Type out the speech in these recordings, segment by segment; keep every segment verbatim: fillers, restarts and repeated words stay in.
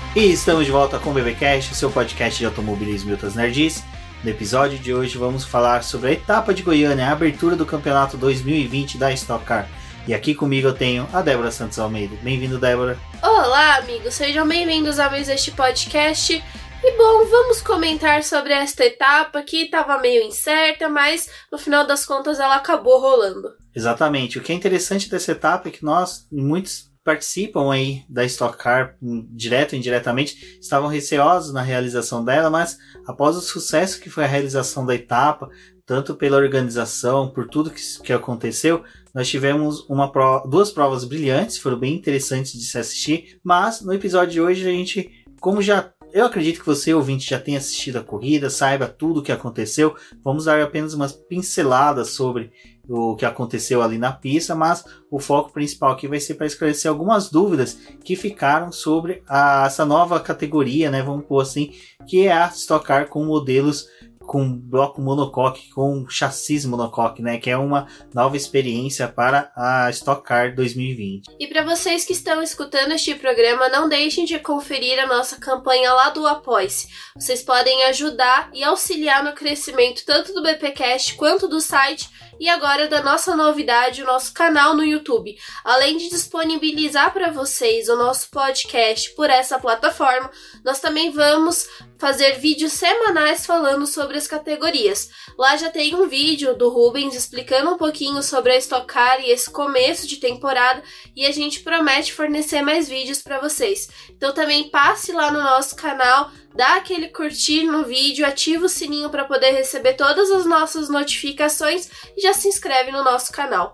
E estamos de volta com o BBcast, seu podcast de automobilismo e outras nerds. No episódio de hoje vamos falar sobre a etapa de Goiânia, a abertura do campeonato dois mil e vinte da Stock Car. E aqui comigo eu tenho a Débora Santos Almeida. Bem-vindo, Débora. Olá, amigos. Sejam bem-vindos a mais este podcast. E bom, vamos comentar sobre esta etapa que estava meio incerta, mas no final das contas ela acabou rolando. Exatamente. O que é interessante dessa etapa é que nós, muitos participam aí da Stock Car, direto ou indiretamente, estavam receosos na realização dela, mas após o sucesso que foi a realização da etapa, tanto pela organização, por tudo que, que aconteceu, nós tivemos uma prova, duas provas brilhantes, foram bem interessantes de se assistir, mas no episódio de hoje a gente, como já, eu acredito que você, ouvinte, já tenha assistido a corrida, saiba tudo o que aconteceu, vamos dar apenas umas pinceladas sobre o que aconteceu ali na pista, mas o foco principal aqui vai ser para esclarecer algumas dúvidas que ficaram sobre a, essa nova categoria, né, vamos pôr assim, que é a Stock Car com modelos com bloco monocoque, com chassis monocoque, né, que é uma nova experiência para a Stock Car dois mil e vinte. E para vocês que estão escutando este programa, não deixem de conferir a nossa campanha lá do Apoie-se. Vocês podem ajudar e auxiliar no crescimento tanto do BPcast quanto do site e agora da nossa novidade, o nosso canal no YouTube. Além de disponibilizar para vocês o nosso podcast por essa plataforma, nós também vamos fazer vídeos semanais falando sobre as categorias. Lá já tem um vídeo do Rubens explicando um pouquinho sobre a Stock Car e esse começo de temporada, e a gente promete fornecer mais vídeos para vocês. Então também passe lá no nosso canal, dá aquele curtir no vídeo, ativa o sininho para poder receber todas as nossas notificações e já se inscreve no nosso canal.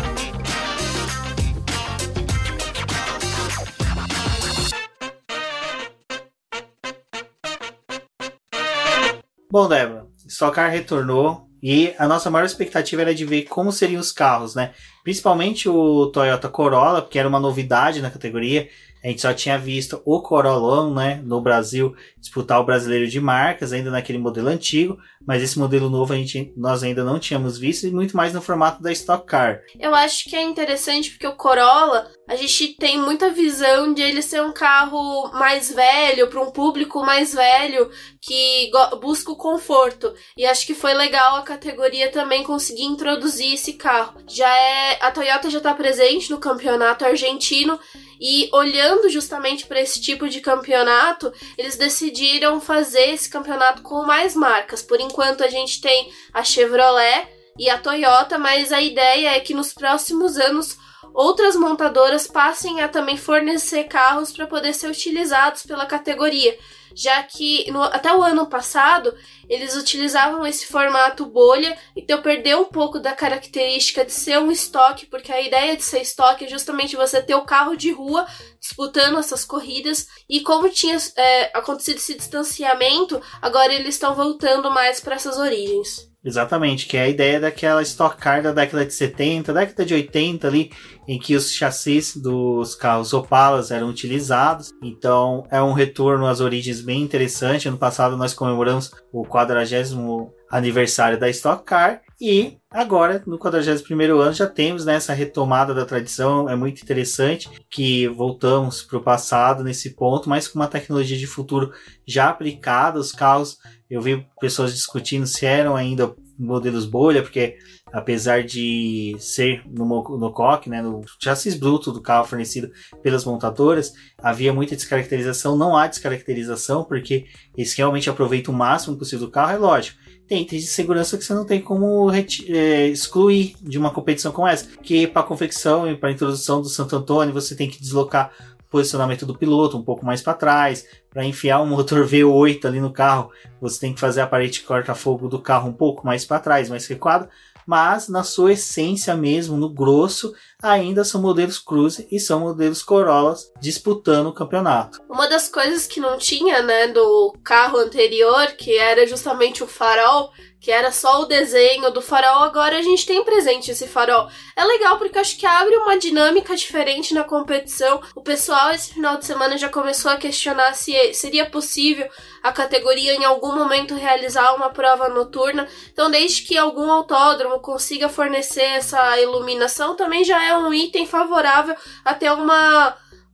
Bom, Débora, Stock Car retornou e a nossa maior expectativa era de ver como seriam os carros, né? Principalmente o Toyota Corolla, porque era uma novidade na categoria. A gente só tinha visto o Corollão, né, no Brasil, disputar o Brasileiro de Marcas, ainda naquele modelo antigo, mas esse modelo novo a gente, nós ainda não tínhamos visto, e muito mais no formato da Stock Car. Eu acho que é interessante porque o Corolla, a gente tem muita visão de ele ser um carro mais velho, para um público mais velho, que busca o conforto, e acho que foi legal a categoria também conseguir introduzir esse carro. Já é, a Toyota já está presente no campeonato argentino, e olhando justamente para esse tipo de campeonato, eles decidiram fazer esse campeonato com mais marcas. Por enquanto a gente tem a Chevrolet e a Toyota, mas a ideia é que nos próximos anos outras montadoras passem a também fornecer carros para poder ser utilizados pela categoria, já que no, até o ano passado eles utilizavam esse formato bolha, então perdeu um pouco da característica de ser um estoque, porque a ideia de ser estoque é justamente você ter o carro de rua disputando essas corridas, e como tinha é, acontecido esse distanciamento, agora eles estão voltando mais para essas origens. Exatamente, que é a ideia daquela Stock Car da década de setenta, década de oitenta ali, em que os chassis dos carros Opalas eram utilizados. Então é um retorno às origens bem interessante. Ano passado nós comemoramos o quadragésimo aniversário da Stock Car e agora no quadragésimo primeiro ano já temos, né, essa retomada da tradição. É muito interessante que voltamos para o passado nesse ponto, mas com uma tecnologia de futuro já aplicada. Os carros, eu vi pessoas discutindo se eram ainda modelos bolha, porque apesar de ser no monocoque, né, no chassis bruto do carro fornecido pelas montadoras, havia muita descaracterização. Não há descaracterização, porque eles realmente aproveitam o máximo possível do carro. É lógico, tem itens de segurança que você não tem como é, excluir de uma competição como essa, que para a confecção e para a introdução do Santo Antônio você tem que deslocar o posicionamento do piloto um pouco mais para trás. Para enfiar um motor V oito ali no carro, você tem que fazer a parede de corta-fogo do carro um pouco mais para trás, mais recuado, mas na sua essência mesmo, no grosso, ainda são modelos Cruze e são modelos Corollas disputando o campeonato. Uma das coisas que não tinha, né, do carro anterior, que era justamente o farol, que era só o desenho do farol, agora a gente tem presente esse farol. É legal porque acho que abre uma dinâmica diferente na competição. O pessoal esse final de semana já começou a questionar se seria possível a categoria em algum momento realizar uma prova noturna. Então, desde que algum autódromo consiga fornecer essa iluminação, também já é um item favorável a ter uma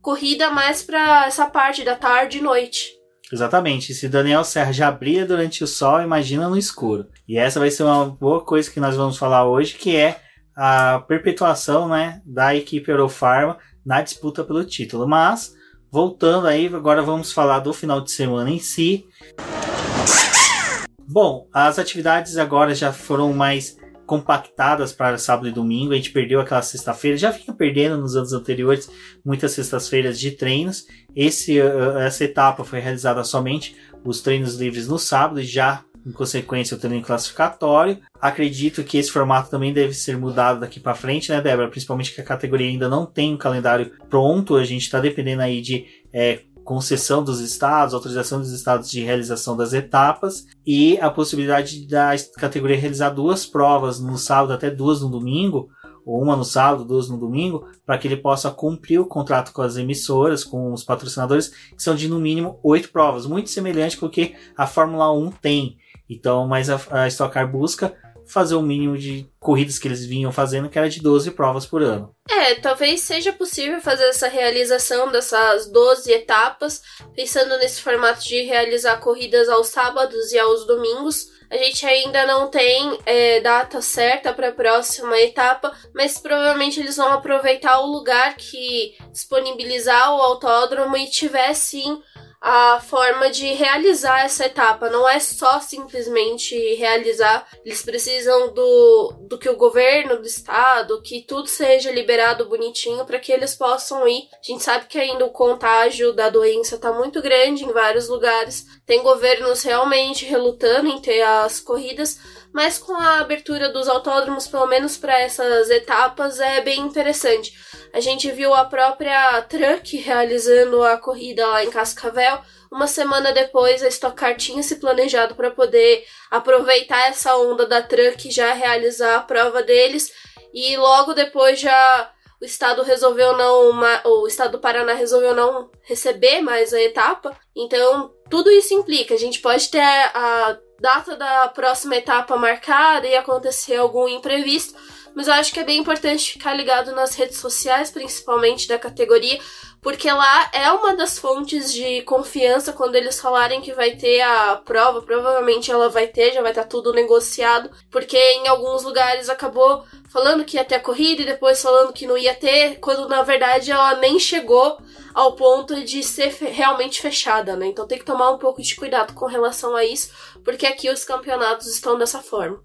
corrida mais para essa parte da tarde e noite. Exatamente. Se Daniel Serra já brilha durante o sol, imagina no escuro. E essa vai ser uma boa coisa que nós vamos falar hoje, que é a perpetuação, né, da equipe Eurofarma na disputa pelo título. Mas, voltando aí, agora vamos falar do final de semana em si. Bom, as atividades agora já foram mais compactadas para sábado e domingo. A gente perdeu aquela sexta-feira, já vinha perdendo nos anos anteriores muitas sextas-feiras de treinos. Esse, essa etapa foi realizada somente os treinos livres no sábado e já, em consequência, o treino classificatório. Acredito que esse formato também deve ser mudado daqui para frente, né, Débora? Principalmente que a categoria ainda não tem um calendário pronto. A gente está dependendo aí de é, concessão dos estados, autorização dos estados de realização das etapas e a possibilidade da categoria realizar duas provas no sábado, até duas no domingo, ou uma no sábado, duas no domingo, para que ele possa cumprir o contrato com as emissoras, com os patrocinadores, que são de no mínimo oito provas, muito semelhante com o que a Fórmula um tem. Então, mas a, a Stock Car busca fazer o mínimo de corridas que eles vinham fazendo, que era de doze provas por ano. É, talvez seja possível fazer essa realização dessas doze etapas, pensando nesse formato de realizar corridas aos sábados e aos domingos. A gente ainda não tem é, data certa para a próxima etapa, mas provavelmente eles vão aproveitar o lugar que disponibilizar o autódromo e tiver sim a forma de realizar essa etapa. Não é só simplesmente realizar, eles precisam do, do que o governo do estado, que tudo seja liberado bonitinho para que eles possam ir. A gente sabe que ainda o contágio da doença está muito grande em vários lugares, tem governos realmente relutando em ter as corridas, mas com a abertura dos autódromos, pelo menos para essas etapas, é bem interessante. A gente viu a própria Truck realizando a corrida lá em Cascavel. Uma semana depois, a Stock Car tinha se planejado para poder aproveitar essa onda da Truck e já realizar a prova deles. E logo depois já o estado resolveu não, o estado do Paraná resolveu não receber mais a etapa. Então, tudo isso implica. A gente pode ter a data da próxima etapa marcada e acontecer algum imprevisto. Mas eu acho que é bem importante ficar ligado nas redes sociais, principalmente da categoria, porque lá é uma das fontes de confiança. Quando eles falarem que vai ter a prova, provavelmente ela vai ter, já vai estar tudo negociado, porque em alguns lugares acabou falando que ia ter a corrida e depois falando que não ia ter, quando na verdade ela nem chegou ao ponto de ser realmente fechada, né? Então tem que tomar um pouco de cuidado com relação a isso, porque aqui os campeonatos estão dessa forma.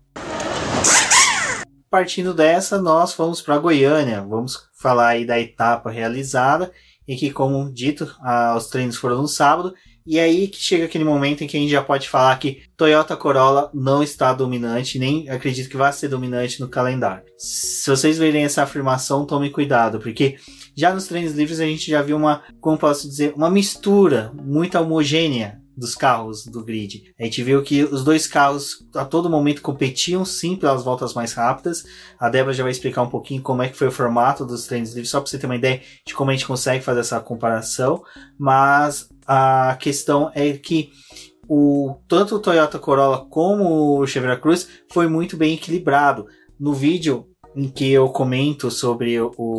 Partindo dessa, nós fomos para Goiânia. Vamos falar aí da etapa realizada, em que, como dito, ah, os treinos foram no sábado. E aí que chega aquele momento em que a gente já pode falar que Toyota Corolla não está dominante, nem acredito que vá ser dominante no calendário. Se vocês verem essa afirmação, tomem cuidado, porque já nos treinos livres a gente já viu uma, como posso dizer, uma mistura muito homogênea dos carros do grid. A gente viu que os dois carros a todo momento competiam sim pelas voltas mais rápidas. A Débora já vai explicar um pouquinho como é que foi o formato dos treinos livres, só para você ter uma ideia de como a gente consegue fazer essa comparação. Mas a questão é que o, tanto o Toyota Corolla como o Chevrolet Cruze foi muito bem equilibrado. No vídeo em que eu comento sobre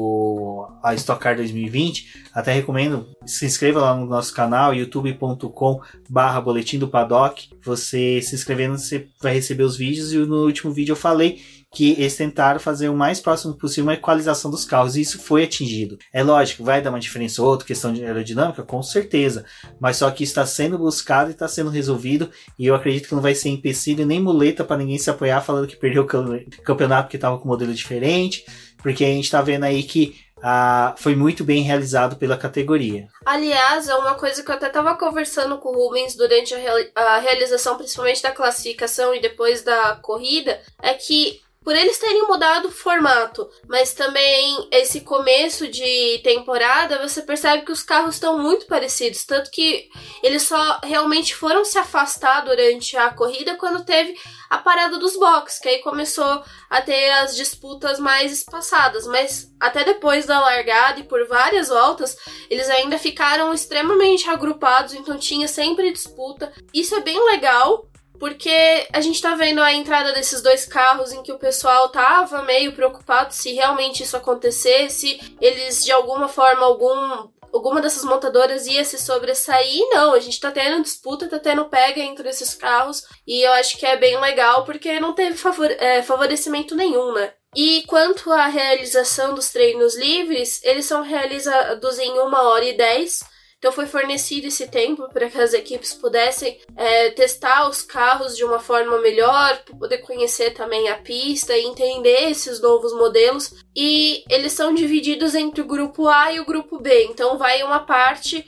o, a Stock Car dois mil e vinte, até recomendo, se inscreva lá no nosso canal, youtube ponto com barra boletim do paddock. Você se inscrevendo, você vai receber os vídeos, e no último vídeo eu falei que eles tentaram fazer o mais próximo possível uma equalização dos carros, e isso foi atingido. É lógico, vai dar uma diferença ou outra, questão de aerodinâmica, com certeza, mas só que está sendo buscado e está sendo resolvido, e eu acredito que não vai ser empecilho nem muleta para ninguém se apoiar falando que perdeu o campeonato porque estava com um modelo diferente, porque a gente está vendo aí que ah, foi muito bem realizado pela categoria. Aliás, é uma coisa que eu até estava conversando com o Rubens durante a, reali- a realização, principalmente da classificação e depois da corrida, é que por eles terem mudado o formato, mas também esse começo de temporada, você percebe que os carros estão muito parecidos, tanto que eles só realmente foram se afastar durante a corrida quando teve a parada dos boxes, que aí começou a ter as disputas mais espaçadas, mas até depois da largada e por várias voltas, eles ainda ficaram extremamente agrupados, então tinha sempre disputa. Isso é bem legal, porque a gente tá vendo a entrada desses dois carros em que o pessoal tava meio preocupado se realmente isso acontecesse, eles de alguma forma, algum alguma dessas montadoras ia se sobressair. Não, a gente tá tendo disputa, tá tendo pega entre esses carros, e eu acho que é bem legal, porque não teve favor, é, favorecimento nenhum, né? E quanto à realização dos treinos livres, eles são realizados em uma hora e dez. Então foi fornecido esse tempo para que as equipes pudessem é, testar os carros de uma forma melhor, para poder conhecer também a pista e entender esses novos modelos. E eles são divididos entre o grupo A e o grupo B. Então vai uma parte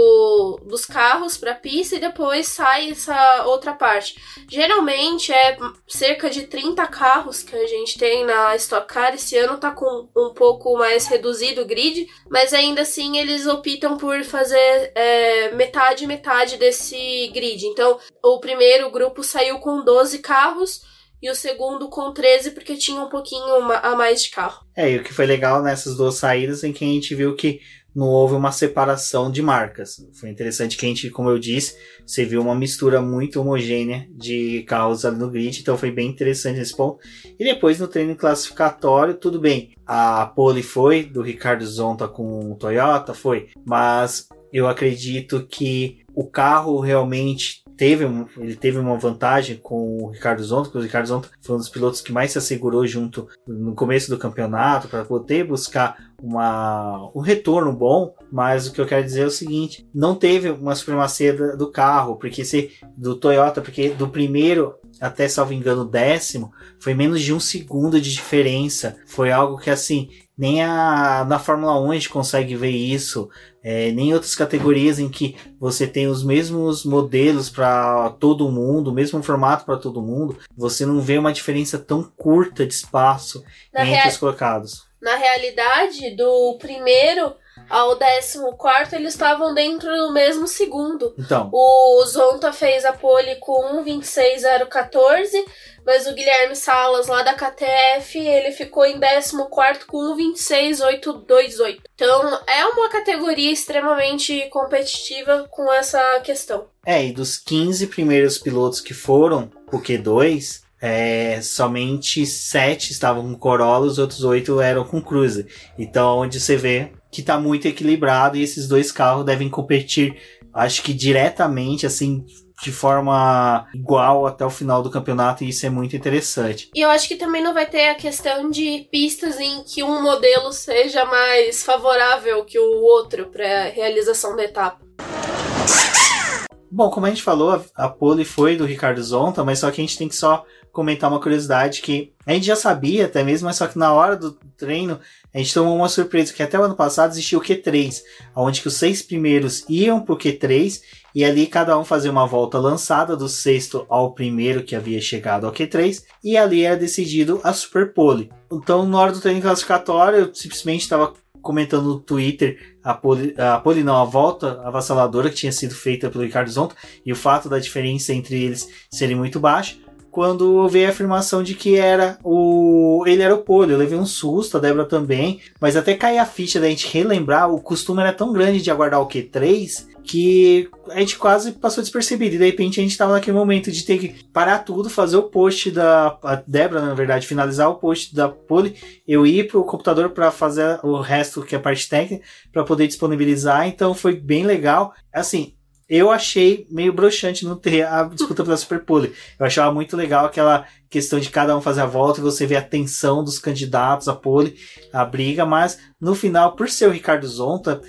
do, dos carros para a pista e depois sai essa outra parte. Geralmente é cerca de trinta carros que a gente tem na Stock Car. Esse ano está com um pouco mais reduzido o grid, mas ainda assim eles optam por fazer É, metade, metade desse grid. Então, o primeiro grupo saiu com doze carros e o segundo com treze, porque tinha um pouquinho a mais de carro. É, e o que foi legal nessas duas saídas é que a gente viu que não houve uma separação de marcas. Foi interessante que a gente, como eu disse, você viu uma mistura muito homogênea de carros ali no grid, então foi bem interessante esse ponto. E depois no treino classificatório, tudo bem, a pole foi do Ricardo Zonta com o Toyota, foi, mas eu acredito que o carro realmente teve, um, ele teve uma vantagem com o Ricardo Zonta, porque o Ricardo Zonta foi um dos pilotos que mais se assegurou junto no começo do campeonato para poder buscar uma, um retorno bom, mas o que eu quero dizer é o seguinte, não teve uma supremacia do carro, porque se, do Toyota, porque do primeiro até, salvo engano, décimo, foi menos de um segundo de diferença, foi algo que assim, nem a, na Fórmula um a gente consegue ver isso, é, nem em outras categorias em que você tem os mesmos modelos para todo mundo, o mesmo formato para todo mundo, você não vê uma diferença tão curta de espaço na entre rea- os colocados. Na realidade, do primeiro ao décimo quarto, eles estavam dentro do mesmo segundo. Então. O Zonta fez a pole com um vinte e seis zero um quatro, mas o Guilherme Salas, lá da K T F, ele ficou em décimo quarto com um vinte e seis oito dois oito. Então, é uma categoria extremamente competitiva com essa questão. É, e dos quinze primeiros pilotos que foram pro Q dois... É, somente sete estavam com Corolla, os outros oito eram com Cruiser. Então, onde você vê que tá muito equilibrado e esses dois carros devem competir, acho que diretamente, assim, de forma igual até o final do campeonato, e isso é muito interessante. E eu acho que também não vai ter a questão de pistas em que um modelo seja mais favorável que o outro para a realização da etapa. Bom, como a gente falou, a pole foi do Ricardo Zonta, mas só que a gente tem que só comentar uma curiosidade que a gente já sabia até mesmo, mas só que na hora do treino a gente tomou uma surpresa, que até o ano passado existia o Q três, onde que os seis primeiros iam pro Q três e ali cada um fazia uma volta lançada do sexto ao primeiro que havia chegado ao Q três e ali era decidido a Super Pole. Então na hora do treino classificatório eu simplesmente estava comentando no Twitter a pole, a pole não, a volta avassaladora que tinha sido feita pelo Ricardo Zonta e o fato da diferença entre eles serem muito baixa, quando veio a afirmação de que era o ele era o pole. Eu levei um susto, a Débora também, mas até cair a ficha da gente relembrar, o costume era tão grande de aguardar o Q três que a gente quase passou despercebido, e de repente a gente estava naquele momento de ter que parar tudo, fazer o post da a Débora, na verdade, finalizar o post da pole, eu ir pro computador para fazer o resto, que é a parte técnica, para poder disponibilizar. Então foi bem legal. Assim, eu achei meio broxante não ter a disputa pela Super Pole. Eu achava muito legal aquela questão de cada um fazer a volta e você ver a tensão dos candidatos, a pole, a briga, mas no final, por ser o Ricardo Zonta,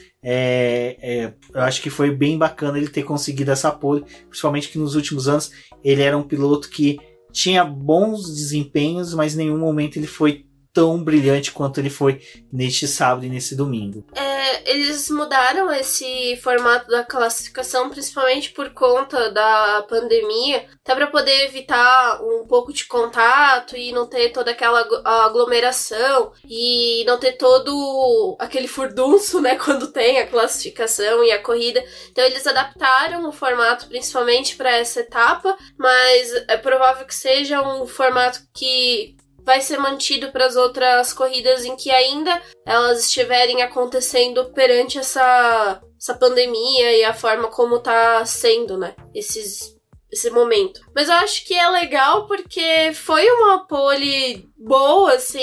é, é, eu acho que foi bem bacana ele ter conseguido essa pole, principalmente que nos últimos anos ele era um piloto que tinha bons desempenhos, mas em nenhum momento ele foi tão brilhante quanto ele foi neste sábado e nesse domingo. É, eles mudaram esse formato da classificação principalmente por conta da pandemia, até para poder evitar um pouco de contato e não ter toda aquela aglomeração e não ter todo aquele furdunço, né, quando tem a classificação e a corrida. Então eles adaptaram o formato principalmente para essa etapa, mas é provável que seja um formato que vai ser mantido para as outras corridas em que ainda elas estiverem acontecendo perante essa, essa pandemia e a forma como tá sendo, né, esses, esse momento. Mas eu acho que é legal porque foi uma pole boa, assim.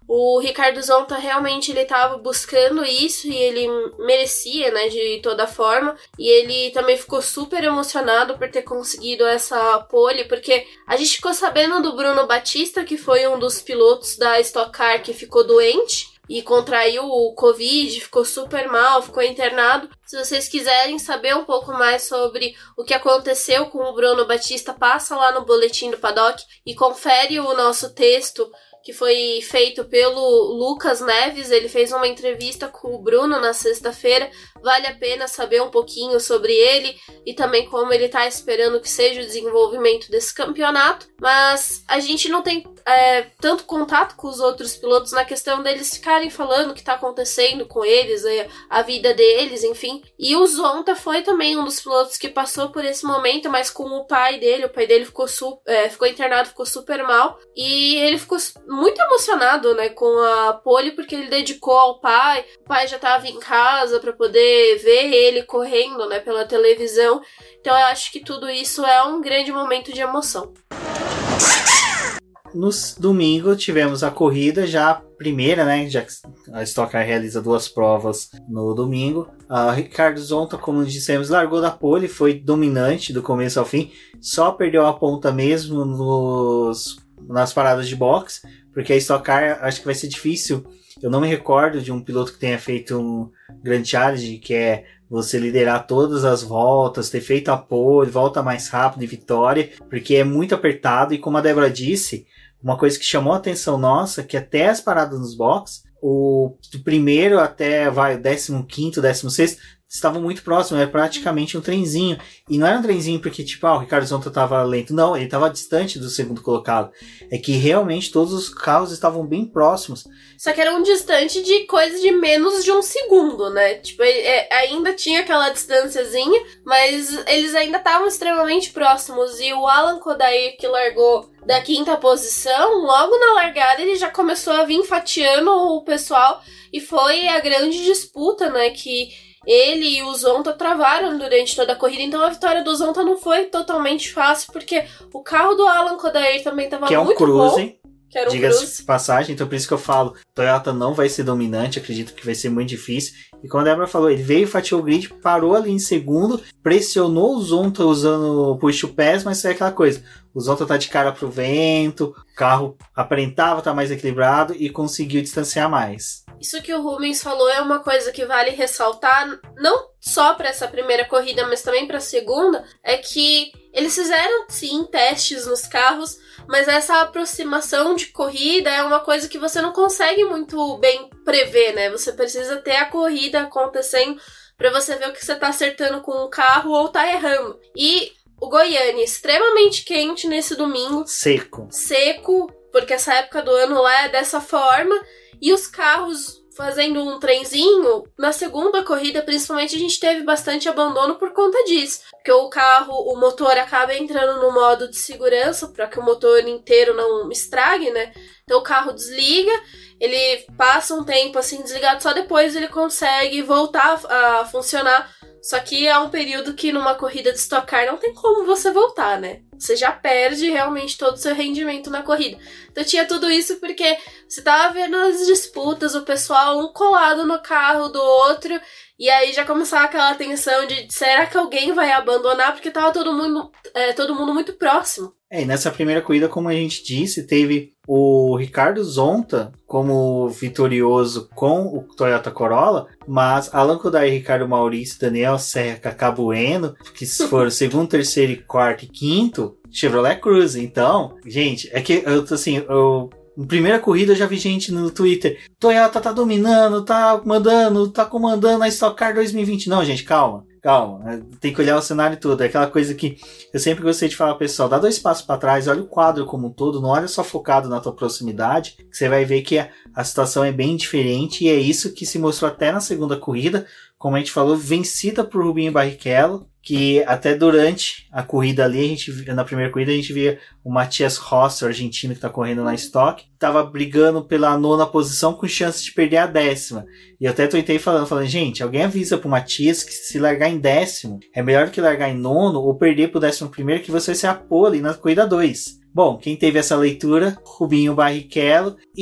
O Ricardo Zonta realmente ele estava buscando isso e ele merecia, né, de toda forma. E ele também ficou super emocionado por ter conseguido essa pole, porque a gente ficou sabendo do Bruno Batista, que foi um dos pilotos da Stock Car que ficou doente e contraiu o Covid, ficou super mal, ficou internado. Se vocês quiserem saber um pouco mais sobre o que aconteceu com o Bruno Batista, passa lá no Boletim do Paddock e confere o nosso texto que foi feito pelo Lucas Neves. Ele fez uma entrevista com o Bruno na sexta-feira. Vale a pena saber um pouquinho sobre ele e também como ele tá esperando que seja o desenvolvimento desse campeonato. Mas a gente não tem é, tanto contato com os outros pilotos na questão deles ficarem falando o que tá acontecendo com eles, a vida deles, enfim. E o Zonta foi também um dos pilotos que passou por esse momento, mas com o pai dele. O pai dele ficou, su- é, ficou internado, ficou super mal. E ele ficou muito emocionado, né, com a pole, porque ele dedicou ao pai. O pai já tava em casa pra poder ver ele correndo, né, pela televisão. Então eu acho que tudo isso é um grande momento de emoção. No domingo tivemos a corrida já a primeira, né? Já que a Stock Car realiza duas provas no domingo. O Ricardo Zonta, como dissemos, largou da pole, foi dominante do começo ao fim. Só perdeu a ponta mesmo nos, nas paradas de boxe, porque a Stock Car acho que vai ser difícil. Eu não me recordo de um piloto que tenha feito um Grand Challenge, que é você liderar todas as voltas, ter feito a pole, volta mais rápido e vitória, porque é muito apertado. E como a Débora disse, uma coisa que chamou a atenção nossa, que até as paradas nos boxes, o do primeiro até vai, o décimo quinto, décimo sexto, estavam muito próximos, era praticamente um trenzinho. E não era um trenzinho porque, tipo, ah, o Ricardo Zonta estava lento. Não, ele estava distante do segundo colocado. É que realmente todos os carros estavam bem próximos. Só que era um distante de coisa de menos de um segundo, né? Tipo, é, ainda tinha aquela distânciazinha, mas eles ainda estavam extremamente próximos. E o Alan Kodair, que largou da quinta posição, logo na largada ele já começou a vir fatiando o pessoal. E foi a grande disputa, né, que ele e o Zonta travaram durante toda a corrida. Então a vitória do Zonta não foi totalmente fácil, porque o carro do Alan Kodair também estava muito bom. Que é um cruze, que era um diga-se de passagem, então por isso que eu falo, Toyota não vai ser dominante, acredito que vai ser muito difícil. E como a Débora falou, ele veio, fatiou o grid, parou ali em segundo, pressionou o Zonta usando o push to pass, mas é aquela coisa, o Zonta tá de cara pro vento, o carro aparentava estar mais equilibrado e conseguiu distanciar mais. Isso que o Rubens falou é uma coisa que vale ressaltar, não só para essa primeira corrida, mas também para a segunda, é que eles fizeram, sim, testes nos carros, mas essa aproximação de corrida é uma coisa que você não consegue muito bem prever, né? Você precisa ter a corrida acontecendo para você ver o que você tá acertando com o carro ou tá errando. E o Goiânia, extremamente quente nesse domingo. Seco. Seco, porque essa época do ano lá é dessa forma. E os carros fazendo um trenzinho, na segunda corrida, principalmente, a gente teve bastante abandono por conta disso. Porque o carro, o motor acaba entrando no modo de segurança, para que o motor inteiro não estrague, né? Então o carro desliga, ele passa um tempo assim desligado, só depois ele consegue voltar a funcionar. Só que é um período que numa corrida de Stock Car não tem como você voltar, né? Você já perde realmente todo o seu rendimento na corrida. Então tinha tudo isso porque você tava vendo as disputas, o pessoal um colado no carro do outro, e aí já começava aquela tensão de será que alguém vai abandonar? Porque tava todo mundo, é, todo mundo muito próximo. É, e nessa primeira corrida, como a gente disse, teve o Ricardo Zonta como vitorioso com o Toyota Corolla, mas Alan Kodair, Ricardo Maurício, Daniel Serra, Cacá Bueno, que foram segundo, terceiro, quarto e quinto, Chevrolet Cruze. Então, gente, é que eu tô assim, eu... Na primeira corrida eu já vi gente no Twitter, Toyota tá dominando, tá mandando, tá comandando a Stock Car dois mil e vinte. Não, gente, calma, calma. Tem que olhar o cenário todo. É aquela coisa que eu sempre gostei de falar, pessoal, dá dois passos para trás, olha o quadro como um todo, não olha só focado na tua proximidade, que você vai ver que a, a situação é bem diferente, e é isso que se mostrou até na segunda corrida, como a gente falou, vencida por Rubinho Barrichello, que até durante a corrida ali, a gente, na primeira corrida, a gente via o Matias Rossi, o argentino que tá correndo na Stock, tava brigando pela nona posição com chance de perder a décima. E eu até tuitei falando, falando, gente, alguém avisa pro Matias que se largar em décimo, é melhor que largar em nono ou perder pro décimo primeiro, que você vai ser a pole na corrida dois. Bom, quem teve essa leitura, Rubinho Barrichello, e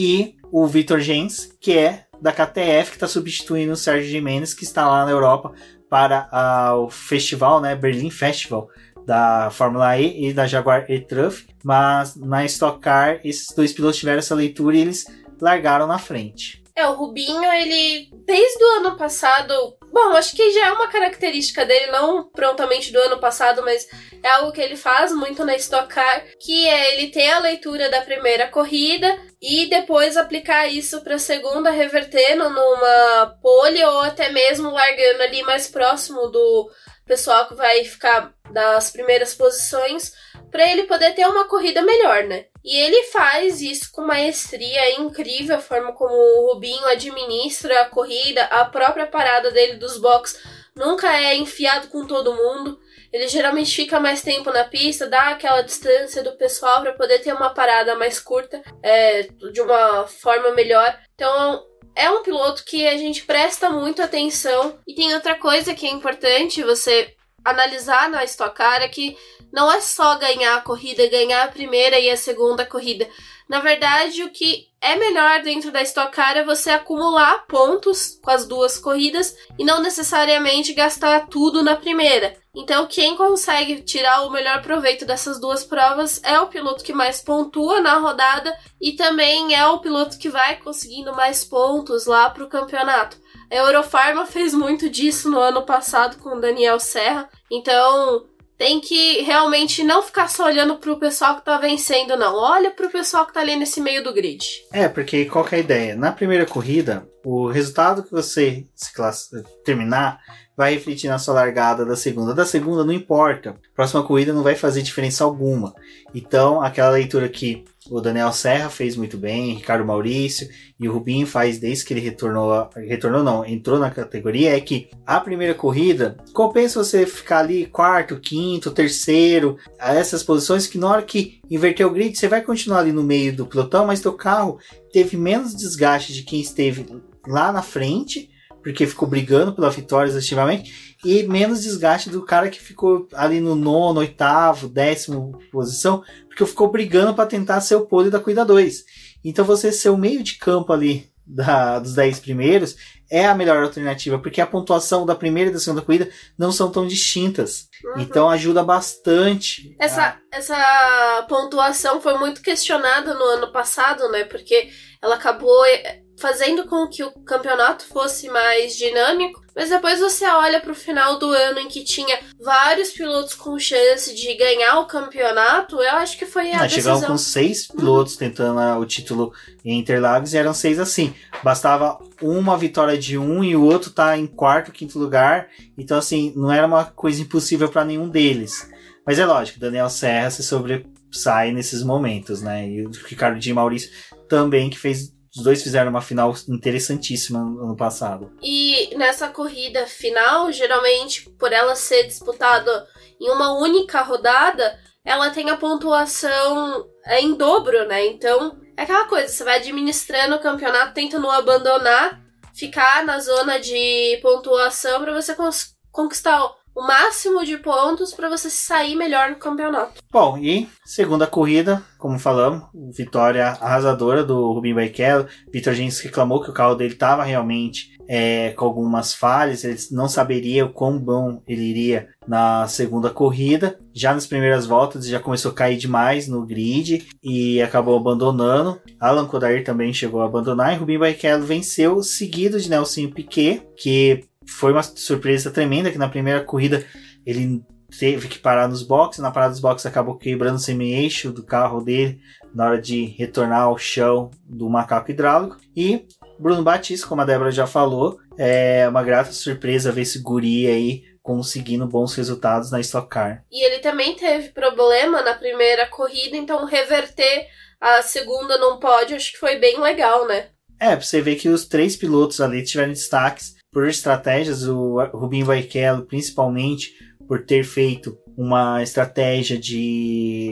o Vitor Gens, que é da K T F, que está substituindo o Sérgio Gimenez, que está lá na Europa para uh, o festival, né, Berlin Festival, da Fórmula E e da Jaguar E-Truck, mas na Stock Car esses dois pilotos tiveram essa leitura e eles largaram na frente. É, o Rubinho, ele, desde o ano passado, bom, acho que já é uma característica dele, não prontamente do ano passado, mas é algo que ele faz muito na Stock Car, que é ele ter a leitura da primeira corrida e depois aplicar isso para a segunda, revertendo numa pole ou até mesmo largando ali mais próximo do pessoal que vai ficar das primeiras posições, para ele poder ter uma corrida melhor, né? E ele faz isso com maestria, é incrível a forma como o Rubinho administra a corrida, a própria parada dele dos boxes nunca é enfiado com todo mundo. Ele geralmente fica mais tempo na pista, dá aquela distância do pessoal para poder ter uma parada mais curta, é, de uma forma melhor. Então, é um piloto que a gente presta muito atenção. E tem outra coisa que é importante você analisar na Stock Car, é que não é só ganhar a corrida, ganhar a primeira e a segunda corrida. Na verdade, o que é melhor dentro da Stock Car é você acumular pontos com as duas corridas e não necessariamente gastar tudo na primeira. Então, quem consegue tirar o melhor proveito dessas duas provas é o piloto que mais pontua na rodada e também é o piloto que vai conseguindo mais pontos lá para o campeonato. A Eurofarma fez muito disso no ano passado com o Daniel Serra, então tem que realmente não ficar só olhando pro pessoal que tá vencendo, não. Olha pro pessoal que tá ali nesse meio do grid. É, porque qual que é a ideia? Na primeira corrida, o resultado que você se class... terminar vai refletir na sua largada da segunda. Da segunda não importa. A próxima corrida não vai fazer diferença alguma. Então, aquela leitura que o Daniel Serra fez muito bem, Ricardo Maurício e o Rubinho faz desde que ele retornou, retornou não, entrou na categoria, é que a primeira corrida compensa você ficar ali quarto, quinto, terceiro, a essas posições que na hora que inverter o grid, você vai continuar ali no meio do pelotão, mas teu carro teve menos desgaste de quem esteve lá na frente, porque ficou brigando pela vitória exaustivamente, e menos desgaste do cara que ficou ali no nono, oitavo, décimo posição, porque ficou brigando para tentar ser o pole da corrida dois. Então você ser o meio de campo ali da, dos dez primeiros é a melhor alternativa, porque a pontuação da primeira e da segunda corrida não são tão distintas. Uhum. Então ajuda bastante. Essa, a... essa pontuação foi muito questionada no ano passado, né? Porque ela acabou fazendo com que o campeonato fosse mais dinâmico, mas depois você olha para o final do ano em que tinha vários pilotos com chance de ganhar o campeonato, eu acho que foi a ah, decisão. Chegavam com seis pilotos uhum. tentando o título em Interlagos e eram seis assim. Bastava uma vitória de um e o outro tá em quarto, quinto lugar. Então assim, não era uma coisa impossível para nenhum deles. Mas é lógico, Daniel Serra se sobressai nesses momentos, né? E o Ricardo Di Maurício também, que fez... Os dois fizeram uma final interessantíssima no ano passado. E nessa corrida final, geralmente, por ela ser disputada em uma única rodada, ela tem a pontuação em dobro, né? Então, é aquela coisa, você vai administrando o campeonato, tenta não abandonar, ficar na zona de pontuação para você cons- conquistar o máximo de pontos para você sair melhor no campeonato. Bom, e segunda corrida, como falamos, vitória arrasadora do Rubinho Barrichello. Vitor Gens reclamou que o carro dele estava realmente é, com algumas falhas, ele não saberia o quão bom ele iria na segunda corrida. Já nas primeiras voltas já começou a cair demais no grid e acabou abandonando. Alan Kodair também chegou a abandonar e Rubinho Barrichello venceu, seguido de Nelson Piquet, que foi uma surpresa tremenda, que na primeira corrida ele teve que parar nos boxes. Na parada dos boxes acabou quebrando o semi-eixo do carro dele na hora de retornar ao chão do macaco hidráulico. E Bruno Batista, como a Débora já falou, é uma grata surpresa ver esse guri aí conseguindo bons resultados na Stock Car. E ele também teve problema na primeira corrida, então reverter a segunda num pódio acho que foi bem legal, né? É, pra você ver que os três pilotos ali tiveram destaques por estratégias. O Rubinho Barrichello, principalmente por ter feito uma estratégia de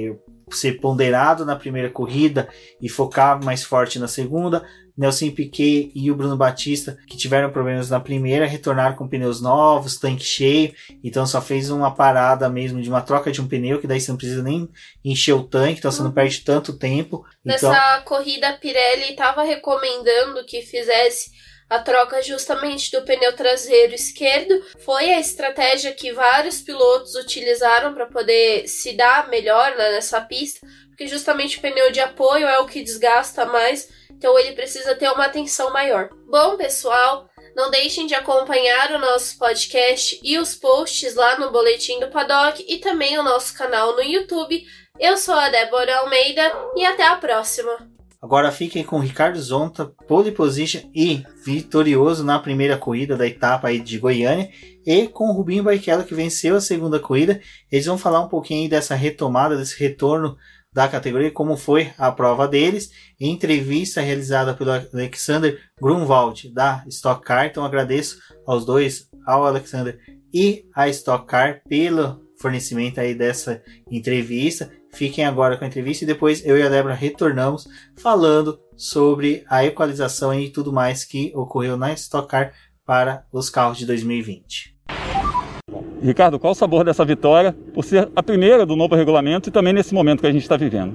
ser ponderado na primeira corrida e focar mais forte na segunda. Nelson Piquet e o Bruno Batista, que tiveram problemas na primeira, retornaram com pneus novos, tanque cheio, então só fez uma parada mesmo de uma troca de um pneu, que daí você não precisa nem encher o tanque, então você não perde tanto tempo. Nessa então... corrida, a Pirelli estava recomendando que fizesse a troca justamente do pneu traseiro esquerdo. Foi a estratégia que vários pilotos utilizaram para poder se dar melhor, né, nessa pista, porque justamente o pneu de apoio é o que desgasta mais, então ele precisa ter uma atenção maior. Bom, pessoal, não deixem de acompanhar o nosso podcast e os posts lá no Boletim do Paddock e também o nosso canal no YouTube. Eu sou a Débora Almeida e até a próxima! Agora fiquem com o Ricardo Zonta, pole position e vitorioso na primeira corrida da etapa aí de Goiânia, e com o Rubinho Barrichello, que venceu a segunda corrida. Eles vão falar um pouquinho aí dessa retomada, desse retorno da categoria, como foi a prova deles, em entrevista realizada pelo Alexander Grunwald da Stock Car. Então agradeço aos dois, ao Alexander e à Stock Car, pelo fornecimento aí dessa entrevista. Fiquem agora com a entrevista e depois eu e a Débora retornamos falando sobre a equalização e tudo mais que ocorreu na Stock Car para os carros de dois mil e vinte. Ricardo, qual o sabor dessa vitória, por ser a primeira do novo regulamento e também nesse momento que a gente está vivendo?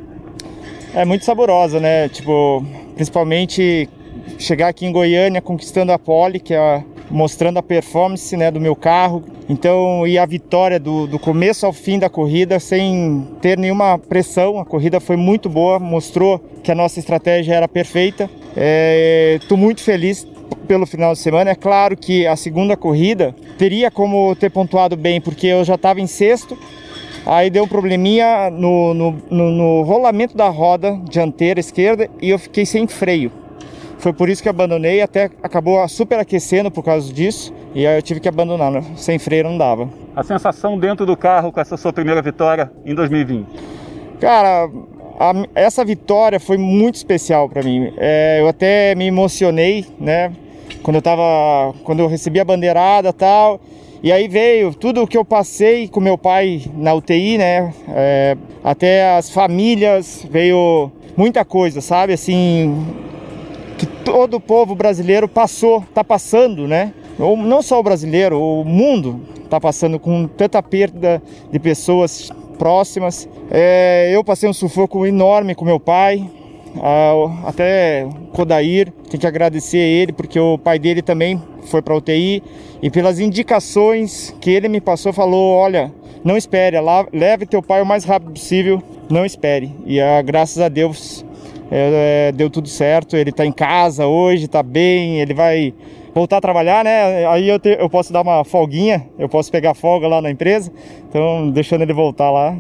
É muito saborosa, né? Tipo, principalmente chegar aqui em Goiânia conquistando a pole, que é mostrando a performance, né, do meu carro. Então, e a vitória do, do começo ao fim da corrida sem ter nenhuma pressão. A corrida foi muito boa, mostrou que a nossa estratégia era perfeita. Estou é, muito feliz pelo final de semana. É claro que a segunda corrida teria como ter pontuado bem, porque eu já estava em sexto. Aí deu um probleminha no, no, no, no rolamento da roda dianteira esquerda e eu fiquei sem freio. Foi por isso que abandonei, até acabou superaquecendo por causa disso, e aí eu tive que abandonar, né? Sem freio não dava. A sensação dentro do carro com essa sua primeira vitória em dois mil e vinte? Cara, a, essa vitória foi muito especial para mim. É, eu até me emocionei, né? Quando eu tava, quando eu recebi a bandeirada e tal, e aí veio tudo o que eu passei com meu pai na U T I, né? É, até as famílias, veio muita coisa, sabe? Assim, que todo o povo brasileiro passou, tá passando, né? Ou não só o brasileiro, o mundo tá passando com tanta perda de pessoas próximas. É, eu passei um sufoco enorme com meu pai, ah, até Kodair, tem que agradecer a ele, porque o pai dele também foi para U T I, e pelas indicações que ele me passou, falou, olha, não espere, leve teu pai o mais rápido possível, não espere. E ah, graças a Deus é, deu tudo certo, ele está em casa hoje, está bem, ele vai voltar a trabalhar, né? Aí eu, te, eu posso dar uma folguinha, eu posso pegar folga lá na empresa, então deixando ele voltar lá.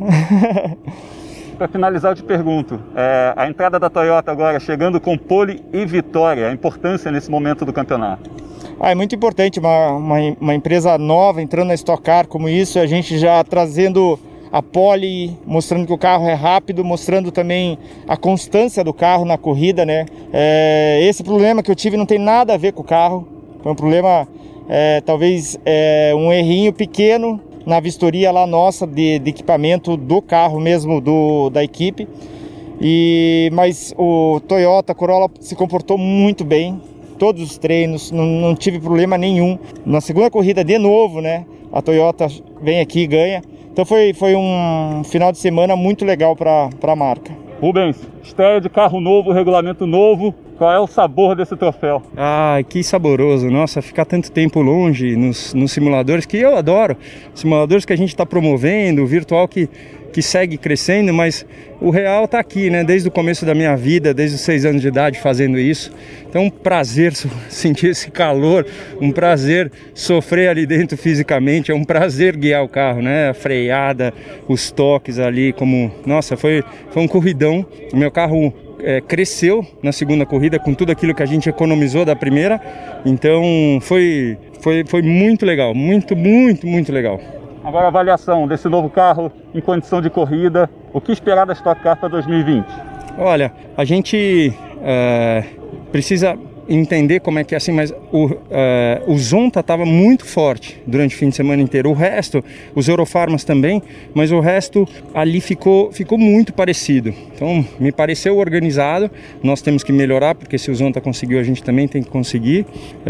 Para finalizar, eu te pergunto, é, a entrada da Toyota agora chegando com pole e vitória, a importância nesse momento do campeonato? Ah, é muito importante, uma, uma, uma empresa nova entrando na Stock Car como isso, a gente já trazendo a pole, mostrando que o carro é rápido, mostrando também a constância do carro na corrida, né? É, esse problema que eu tive não tem nada a ver com o carro, foi um problema, é, talvez é, um errinho pequeno na vistoria lá nossa de, de equipamento do carro mesmo, do, da equipe. E, mas o Toyota Corolla se comportou muito bem, todos os treinos, não, não tive problema nenhum. Na segunda corrida de novo, né, a Toyota vem aqui e ganha. Então foi, foi um final de semana muito legal para a marca. Rubens, estreia de carro novo, regulamento novo, qual é o sabor desse troféu? Ah, que saboroso, nossa, ficar tanto tempo longe nos, nos simuladores, que eu adoro, simuladores que a gente está promovendo, o virtual que, que segue crescendo, mas o real está aqui, né, desde o começo da minha vida, desde os seis anos de idade fazendo isso. Então é um prazer sentir esse calor, um prazer sofrer ali dentro fisicamente, é um prazer guiar o carro, né, a freada, os toques ali, como, nossa, foi, foi um corridão. O meu carro é, cresceu na segunda corrida com tudo aquilo que a gente economizou da primeira, então foi, foi, foi muito legal, muito, muito, muito legal. Agora a avaliação desse novo carro em condição de corrida, o que esperar da Stock Car para dois mil e vinte? Olha, a gente é, precisa entender como é que é assim, mas o, uh, o Zonta estava muito forte durante o fim de semana inteiro. O resto, os Eurofarmas também, mas o resto ali ficou, ficou muito parecido. Então, me pareceu organizado. Nós temos que melhorar, porque se o Zonta conseguiu, a gente também tem que conseguir.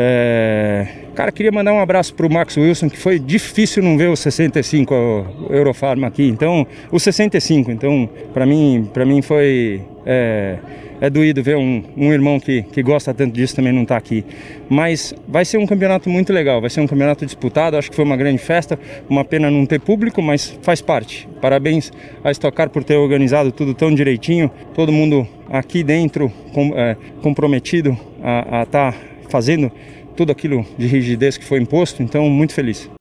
É... Cara, queria mandar um abraço para o Max Wilson, que foi difícil não ver o sessenta e cinco Eurofarma aqui. Então, o sessenta e cinco. Então, para mim, para mim foi... É... É doído ver um, um irmão que, que gosta tanto disso também não estar aqui. Mas vai ser um campeonato muito legal, vai ser um campeonato disputado, acho que foi uma grande festa, uma pena não ter público, mas faz parte. Parabéns a Stock Car por ter organizado tudo tão direitinho, todo mundo aqui dentro com, é, comprometido a estar tá fazendo tudo aquilo de rigidez que foi imposto, então muito feliz.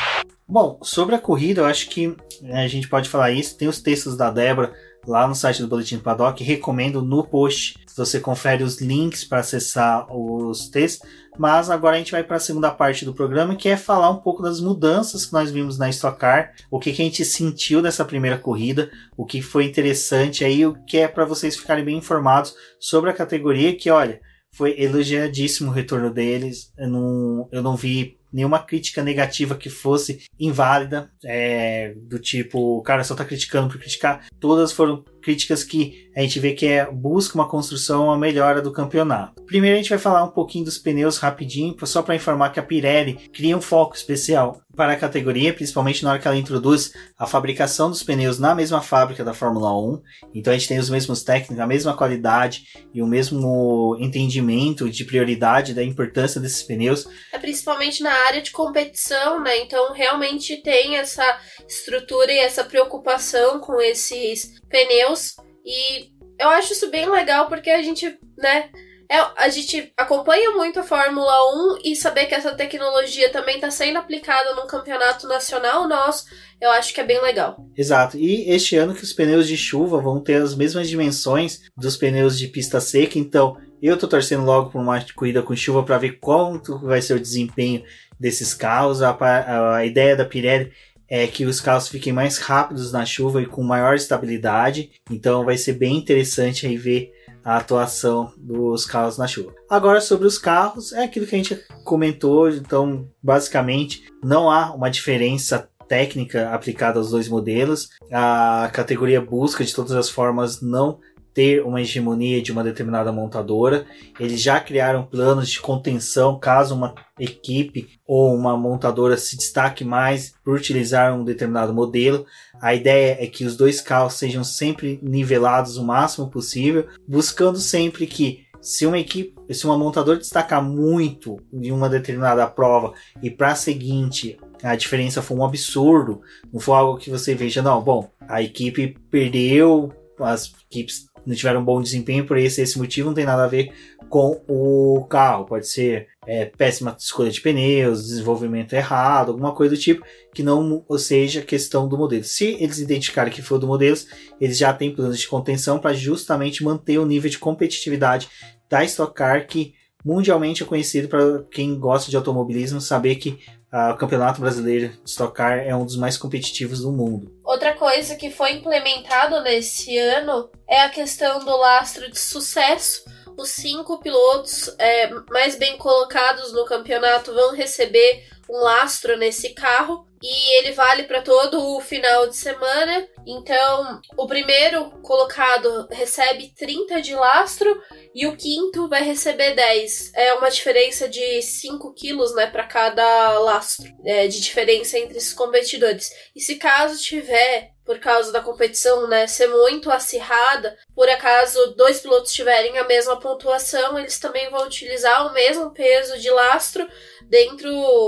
Bom, sobre a corrida, eu acho que a gente pode falar isso, tem os textos da Débora lá no site do Boletim do Paddock, recomendo no post, você confere os links para acessar os textos, mas agora a gente vai para a segunda parte do programa, que é falar um pouco das mudanças que nós vimos na Stock Car, o que, que a gente sentiu dessa primeira corrida, o que foi interessante aí, o que é para vocês ficarem bem informados sobre a categoria, que olha, foi elogiadíssimo o retorno deles, eu não, eu não vi nenhuma crítica negativa que fosse inválida, é, do tipo, o cara só tá criticando por criticar. Todas foram críticas que a gente vê que é, busca uma construção, uma melhora do campeonato. Primeiro a gente vai falar um pouquinho dos pneus rapidinho, só para informar que a Pirelli cria um foco especial para a categoria, principalmente na hora que ela introduz a fabricação dos pneus na mesma fábrica da Fórmula um. Então a gente tem os mesmos técnicos, a mesma qualidade e o mesmo entendimento de prioridade da importância desses pneus. É principalmente na área de competição, né? Então realmente tem essa estrutura e essa preocupação com esses pneus, e eu acho isso bem legal porque a gente, né, é, a gente acompanha muito a Fórmula um e saber que essa tecnologia também está sendo aplicada num campeonato nacional nosso, eu acho que é bem legal. Exato, e este ano que os pneus de chuva vão ter as mesmas dimensões dos pneus de pista seca, então eu tô torcendo logo por uma corrida com chuva para ver quanto vai ser o desempenho desses carros. A, a ideia da Pirelli é que os carros fiquem mais rápidos na chuva e com maior estabilidade. Então vai ser bem interessante aí ver a atuação dos carros na chuva. Agora sobre os carros, é aquilo que a gente comentou. Então basicamente não há uma diferença técnica aplicada aos dois modelos. A categoria busca de todas as formas não ter uma hegemonia de uma determinada montadora. Eles já criaram planos de contenção caso uma equipe ou uma montadora se destaque mais por utilizar um determinado modelo. A ideia é que os dois carros sejam sempre nivelados o máximo possível, buscando sempre que se uma equipe, se uma montadora destacar muito em uma determinada prova e para a seguinte a diferença for um absurdo, não for algo que você veja, não, bom, a equipe perdeu, as equipes não tiveram um bom desempenho por esse, esse motivo, não tem nada a ver com o carro. Pode ser é, péssima escolha de pneus, desenvolvimento errado, alguma coisa do tipo, que não ou seja questão do modelo. Se eles identificarem que foi do modelo, eles já têm planos de contenção para justamente manter o nível de competitividade da Stock Car, que mundialmente é conhecido para quem gosta de automobilismo, saber que Uh, o Campeonato Brasileiro de Stock Car é um dos mais competitivos do mundo. Outra coisa que foi implementado nesse ano é a questão do lastro de sucesso. Os cinco pilotos é, mais bem colocados no campeonato vão receber um lastro nesse carro e ele vale para todo o final de semana. Então, o primeiro colocado recebe trinta de lastro e o quinto vai receber dez. É uma diferença de cinco quilos, né, para cada lastro, é, de diferença entre esses competidores. E se caso tiver, por causa da competição, né, ser muito acirrada, por acaso dois pilotos tiverem a mesma pontuação, eles também vão utilizar o mesmo peso de lastro dentro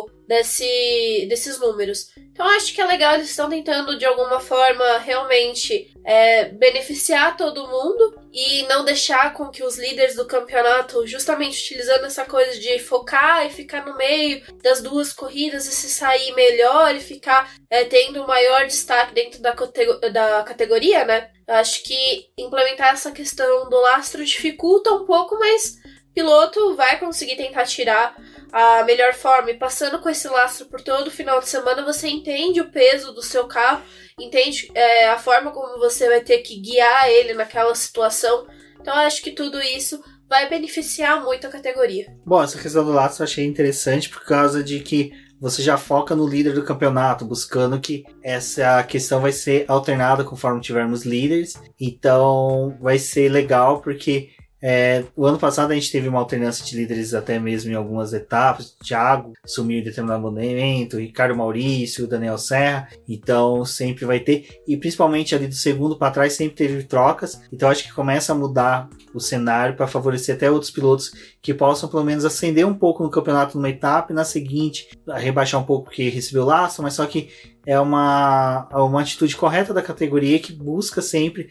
desse, desses números. Então acho que é legal, eles estão tentando de alguma forma realmente é, beneficiar todo mundo e não deixar com que os líderes do campeonato, justamente utilizando essa coisa de focar e ficar no meio das duas corridas e se sair melhor e ficar é, tendo maior destaque dentro da, da categoria, né? Eu acho que implementar essa questão do lastro dificulta um pouco, mas o piloto vai conseguir tentar tirar a melhor forma, e passando com esse lastro por todo o final de semana, você entende o peso do seu carro, entende é, a forma como você vai ter que guiar ele naquela situação. Então eu acho que tudo isso vai beneficiar muito a categoria. Bom, essa questão do Lattes eu achei interessante por causa de que você já foca no líder do campeonato, buscando que essa questão vai ser alternada conforme tivermos líderes. Então vai ser legal porque é, o ano passado a gente teve uma alternância de líderes até mesmo em algumas etapas. Thiago sumiu em determinado momento, Ricardo Maurício, Daniel Serra. Então sempre vai ter, e principalmente ali do segundo para trás sempre teve trocas. Então acho que começa a mudar o cenário para favorecer até outros pilotos que possam pelo menos ascender um pouco no campeonato numa etapa e na seguinte rebaixar um pouco porque recebeu laço, mas só que é uma, uma atitude correta da categoria que busca sempre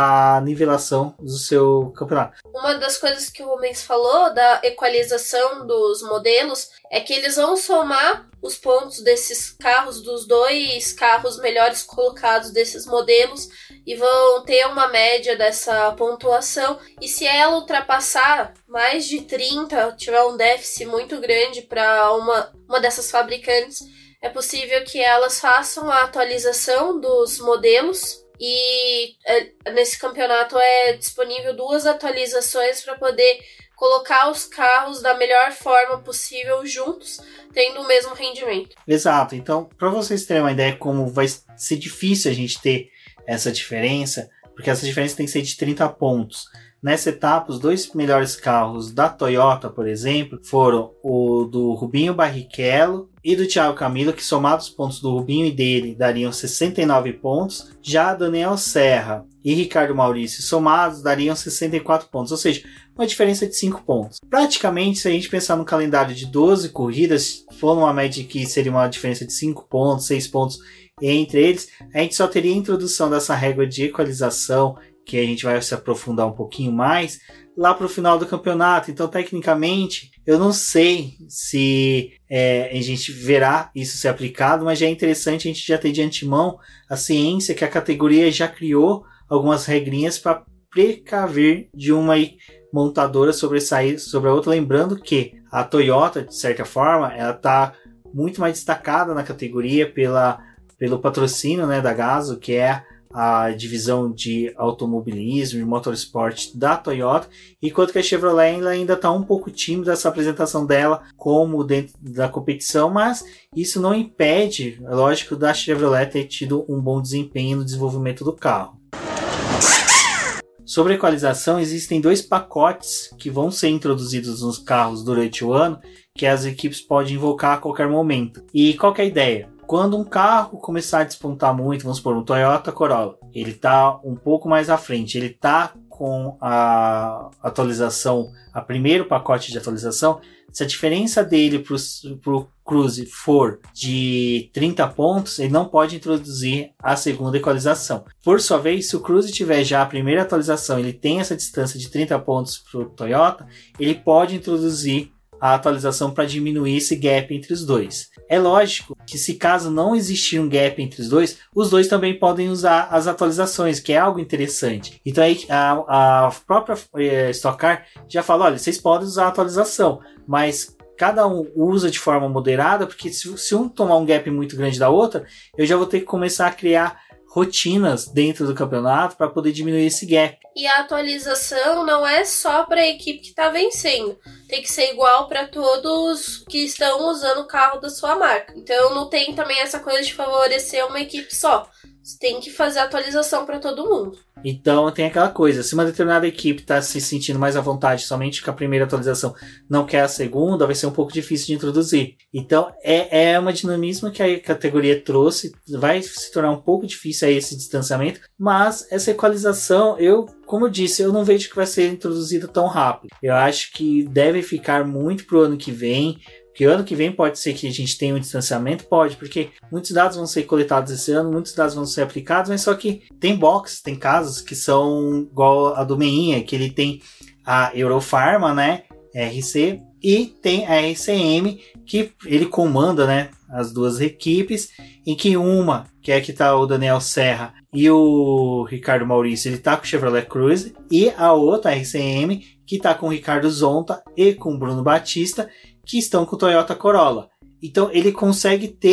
a nivelação do seu campeonato. Uma das coisas que o Rubens falou da equalização dos modelos é que eles vão somar os pontos desses carros, dos dois carros melhores colocados desses modelos, e vão ter uma média dessa pontuação, e se ela ultrapassar mais de trinta, tiver um déficit muito grande para uma, uma dessas fabricantes, é possível que elas façam a atualização dos modelos, e é, nesse campeonato é disponível duas atualizações para poder colocar os carros da melhor forma possível juntos, tendo o mesmo rendimento. Exato. Então, para vocês terem uma ideia como vai ser difícil a gente ter essa diferença, porque essa diferença tem que ser de trinta pontos. Nessa etapa, os dois melhores carros da Toyota, por exemplo, foram o do Rubinho Barrichello e do Thiago Camilo, que somados os pontos do Rubinho e dele dariam sessenta e nove pontos. Já Daniel Serra e Ricardo Maurício somados dariam sessenta e quatro pontos, ou seja, uma diferença de cinco pontos. Praticamente, se a gente pensar no calendário de doze corridas, for uma média que seria uma diferença de cinco pontos, seis pontos entre eles, a gente só teria a introdução dessa régua de equalização, que a gente vai se aprofundar um pouquinho mais, lá para o final do campeonato. Então, tecnicamente, eu não sei se é, a gente verá isso ser aplicado, mas já é interessante a gente já ter de antemão a ciência que a categoria já criou algumas regrinhas para precaver de uma montadora sobressair sobre a outra. Lembrando que a Toyota, de certa forma, ela está muito mais destacada na categoria pela, pelo patrocínio, né, da Gazoo, que é a divisão de automobilismo e motorsport da Toyota, enquanto que a Chevrolet ela ainda está um pouco tímida essa apresentação dela como dentro da competição, mas isso não impede, é lógico, da Chevrolet ter tido um bom desempenho no desenvolvimento do carro. Sobre a equalização, existem dois pacotes que vão ser introduzidos nos carros durante o ano, que as equipes podem invocar a qualquer momento. E qual que é a ideia? Quando um carro começar a despontar muito, vamos supor, um Toyota Corolla, ele está um pouco mais à frente, ele está com a atualização, a primeiro pacote de atualização, se a diferença dele para o Cruze for de trinta pontos, ele não pode introduzir a segunda equalização. Por sua vez, se o Cruze tiver já a primeira atualização, ele tem essa distância de trinta pontos para o Toyota, ele pode introduzir a atualização para diminuir esse gap entre os dois. É lógico que se caso não existir um gap entre os dois, os dois também podem usar as atualizações, que é algo interessante. Então aí a, a própria é, Stock Car já fala, olha, vocês podem usar a atualização, mas cada um usa de forma moderada, porque se, se um tomar um gap muito grande da outra, eu já vou ter que começar a criar rotinas dentro do campeonato para poder diminuir esse gap. E a atualização não é só para a equipe que está vencendo. Tem que ser igual para todos que estão usando o carro da sua marca. Então não tem também essa coisa de favorecer uma equipe só. Você tem que fazer atualização para todo mundo. Então tem aquela coisa, se uma determinada equipe está se sentindo mais à vontade somente com a primeira atualização, não quer a segunda, vai ser um pouco difícil de introduzir. Então é, é uma dinamismo que a categoria trouxe, vai se tornar um pouco difícil aí esse distanciamento, mas essa equalização, eu, como eu disse, eu não vejo que vai ser introduzida tão rápido. Eu acho que deve ficar muito para o ano que vem, porque ano que vem pode ser que a gente tenha um distanciamento, pode, porque muitos dados vão ser coletados esse ano, muitos dados vão ser aplicados, mas só que tem box, tem casos que são igual a do Meinha, que ele tem a Eurofarma, né, R C, e tem a R C M, que ele comanda, né, as duas equipes, em que uma, que é que tá o Daniel Serra e o Ricardo Maurício, ele tá com o Chevrolet Cruze, e a outra, a R C M, que tá com o Ricardo Zonta e com o Bruno Batista, que estão com o Toyota Corolla. Então ele consegue ter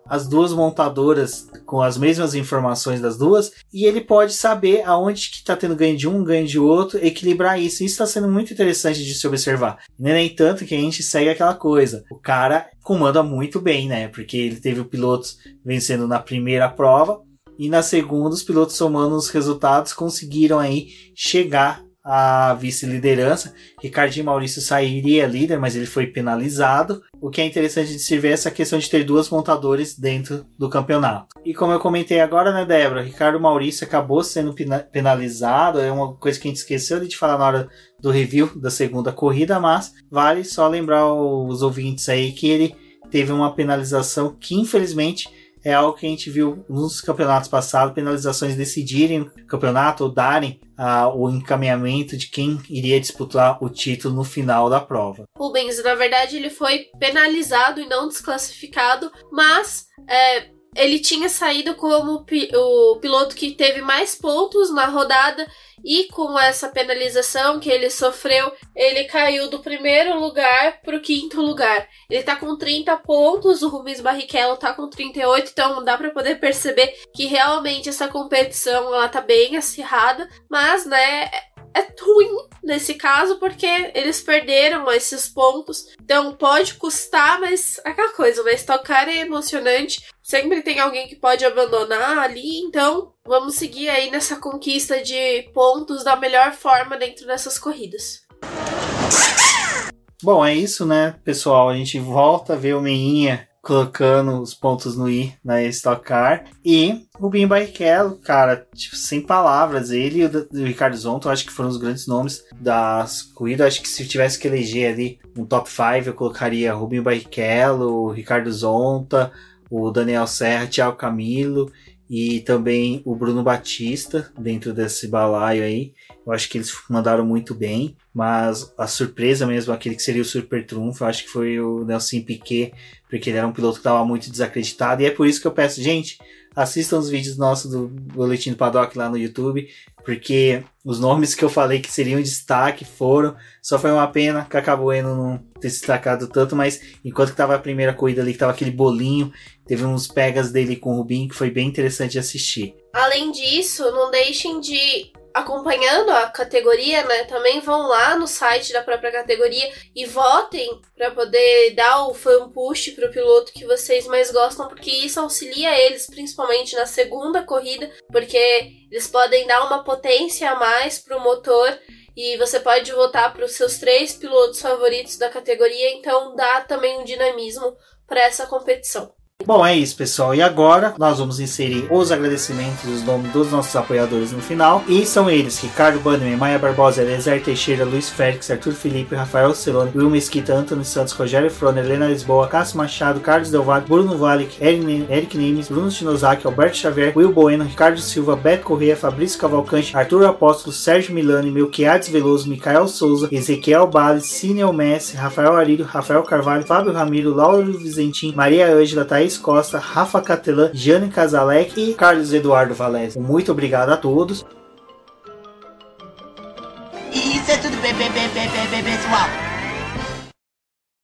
as duas montadoras com as mesmas informações das duas, e ele pode saber aonde que está tendo ganho de um, ganho de outro, equilibrar isso. Isso está sendo muito interessante de se observar. Nem tanto que a gente segue aquela coisa. O cara comanda muito bem, né? Porque ele teve o piloto vencendo na primeira prova, e na segunda os pilotos somando os resultados conseguiram aí chegar a vice-liderança. Ricardinho Maurício sairia líder, mas ele foi penalizado. O que é interessante de se ver é essa questão de ter duas montadores dentro do campeonato. E como eu comentei agora, né, Débora, Ricardo Maurício acabou sendo penalizado. É uma coisa que a gente esqueceu de falar na hora do review da segunda corrida, mas vale só lembrar os ouvintes aí que ele teve uma penalização que, infelizmente, é algo que a gente viu nos campeonatos passados, penalizações decidirem o campeonato ou darem uh, o encaminhamento de quem iria disputar o título no final da prova. Rubens, na verdade, ele foi penalizado e não desclassificado, mas é, ele tinha saído como pi- o piloto que teve mais pontos na rodada, e com essa penalização que ele sofreu, ele caiu do primeiro lugar para o quinto lugar. Ele tá com trinta pontos, o Rubens Barrichello tá com trinta e oito, então dá para poder perceber que realmente essa competição ela tá bem acirrada, mas, né, é ruim nesse caso porque eles perderam esses pontos, então pode custar, mas aquela coisa, né, Stock Car é emocionante, sempre tem alguém que pode abandonar ali, então vamos seguir aí nessa conquista de pontos da melhor forma dentro dessas corridas. Bom, é isso, né, pessoal? A gente volta a ver o Meinha colocando os pontos no I na Stock Car. E o Rubinho Barrichello, cara, tipo, sem palavras. Ele e o, o Ricardo Zonta, eu acho que foram os grandes nomes das corridas. Acho que se eu tivesse que eleger ali um top cinco, eu colocaria Rubinho Barrichello, o Ricardo Zonta, o Daniel Serra, Thiago Camilo e também o Bruno Batista dentro desse balaio aí. Eu acho que eles mandaram muito bem, mas a surpresa mesmo, aquele que seria o super trunfo, eu acho que foi o Nelson Piquet, porque ele era um piloto que estava muito desacreditado, e é por isso que eu peço, gente, assistam os vídeos nossos do Boletim do Paddock lá no YouTube, porque os nomes que eu falei que seriam destaque foram, só foi uma pena que acabou indo não ter se destacado tanto, mas enquanto que tava a primeira corrida ali, que tava aquele bolinho, teve uns pegas dele com o Rubinho que foi bem interessante de assistir. Além disso, não deixem de, acompanhando a categoria, né, também vão lá no site da própria categoria e votem para poder dar o fan push pro piloto que vocês mais gostam, porque isso auxilia eles, principalmente na segunda corrida, porque eles podem dar uma potência a mais pro motor e você pode votar para os seus três pilotos favoritos da categoria, então dá também um dinamismo para essa competição. Bom, é isso, pessoal. E agora nós vamos inserir os agradecimentos dos nomes dos nossos apoiadores no final. E são eles: Ricardo Bannerman, Maia Barbosa, Elezer Teixeira, Luiz Félix, Arthur Felipe, Rafael Celone, Will Mesquita, Antônio Santos, Rogério Froner, Helena Lisboa, Cássio Machado, Carlos Delvado, Bruno Valic, Eric Nimes, Bruno Chinosaki, Alberto Xavier, Will Bueno, Ricardo Silva, Beto Correia, Fabrício Cavalcante, Arthur Apóstolo, Sérgio Milani, Melquiades Veloso, Micael Souza, Ezequiel Bales, Cineo Messi, Rafael Arílio, Rafael Carvalho, Fábio Ramiro, Lauro Vizentim, Maria Ângela, Thaís Costa, Rafa Catelan, Jane Casalec e Carlos Eduardo Valese. Muito obrigado a todos. Isso é tudo, bem, bem, bem, bem, bem, pessoal.